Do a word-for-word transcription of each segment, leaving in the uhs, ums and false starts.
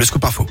Le Scoop Info.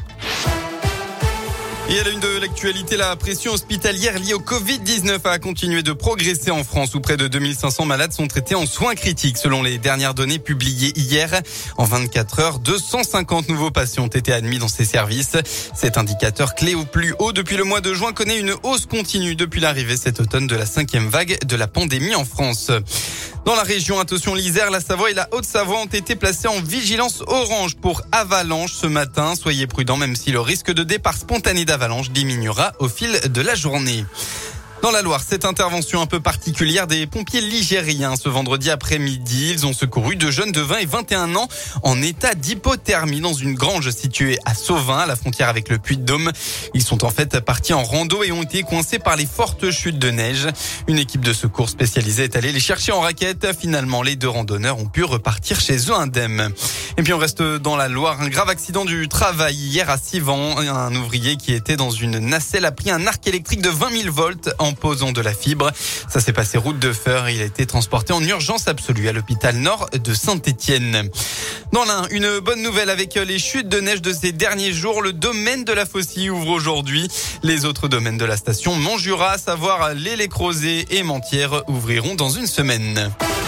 Et à la une de l'actualité, la pression hospitalière liée au covid dix-neuf a continué de progresser en France où près de deux mille cinq cents malades sont traités en soins critiques. Selon les dernières données publiées hier, en vingt-quatre heures, deux cent cinquante nouveaux patients ont été admis dans ces services. Cet indicateur clé au plus haut depuis le mois de juin connaît une hausse continue depuis l'arrivée cet automne de la cinquième vague de la pandémie en France. Dans la région, attention, l'Isère, la Savoie et la Haute-Savoie ont été placés en vigilance orange pour avalanche ce matin. Soyez prudents même si le risque de départ spontané d'avalanche diminuera au fil de la journée. Dans la Loire, cette intervention un peu particulière des pompiers ligériens. Ce vendredi après-midi, ils ont secouru deux jeunes de vingt et vingt et un ans en état d'hypothermie dans une grange située à Sauvin, à la frontière avec le Puy-de-Dôme. Ils sont en fait partis en rando et ont été coincés par les fortes chutes de neige. Une équipe de secours spécialisée est allée les chercher en raquette. Finalement, les deux randonneurs ont pu repartir chez eux indemnes. Et puis on reste dans la Loire. Un grave accident du travail hier à Sivan. Un ouvrier qui était dans une nacelle a pris un arc électrique de vingt mille volts en posant de la fibre. Ça s'est passé route de Feur. Il a été transporté en urgence absolue à l'hôpital nord de Saint-Étienne. Dans l'Ain, une bonne nouvelle avec les chutes de neige de ces derniers jours. Le domaine de la Faucille ouvre aujourd'hui. Les autres domaines de la station Montjura, à savoir les Les Crozets et Mentières, ouvriront dans une semaine.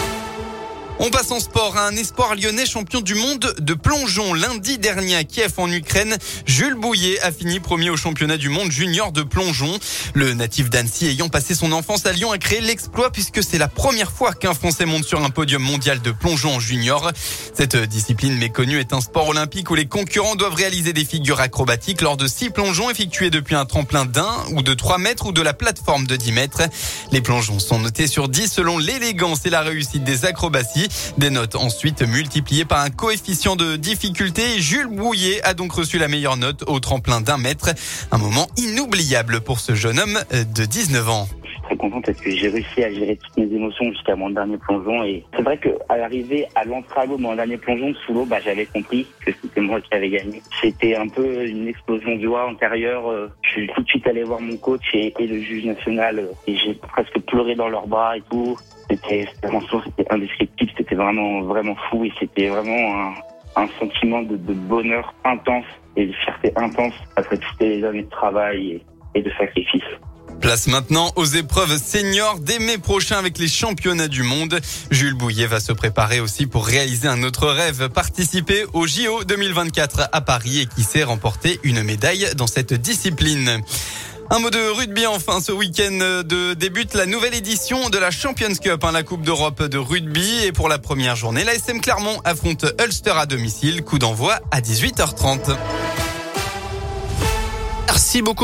On passe en sport à un espoir lyonnais champion du monde de plongeon. Lundi dernier à Kiev en Ukraine, Jules Bouillet a fini premier au championnat du monde junior de plongeon. Le natif d'Annecy ayant passé son enfance à Lyon a créé l'exploit puisque c'est la première fois qu'un Français monte sur un podium mondial de plongeon en junior. Cette discipline méconnue est un sport olympique où les concurrents doivent réaliser des figures acrobatiques lors de six plongeons effectués depuis un tremplin d'un ou de trois mètres ou de la plateforme de dix mètres. Les plongeons sont notés sur dix selon l'élégance et la réussite des acrobaties. Des notes ensuite multipliées par un coefficient de difficulté. Jules Bouillet a donc reçu la meilleure note au tremplin d'un mètre. Un moment inoubliable pour ce jeune homme de dix-neuf ans. Je suis très content parce que j'ai réussi à gérer toutes mes émotions jusqu'à mon dernier plongeon. Et c'est vrai qu'à l'arrivée à l'entrée à l'eau, mon dernier plongeon sous l'eau, bah, j'avais compris que c'était moi qui avais gagné. C'était un peu une explosion de joie antérieure. Je suis tout de suite allé voir mon coach et, et le juge national et j'ai presque pleuré dans leurs bras et tout. C'était, c'était indescriptible, c'était vraiment, vraiment fou et c'était vraiment un, un sentiment de, de bonheur intense et de fierté intense après toutes les années de travail et, et de sacrifice. Place maintenant aux épreuves seniors dès mai prochain avec les championnats du monde. Jules Bouillet va se préparer aussi pour réaliser un autre rêve, participer au J O deux mille vingt-quatre à Paris et qui sait remporter une médaille dans cette discipline. Un mot de rugby enfin, ce week-end de débute la nouvelle édition de la Champions Cup, hein, la Coupe d'Europe de rugby. Et pour la première journée, l'A S M Clermont affronte Ulster à domicile. Coup d'envoi à dix-huit heures trente. Merci beaucoup.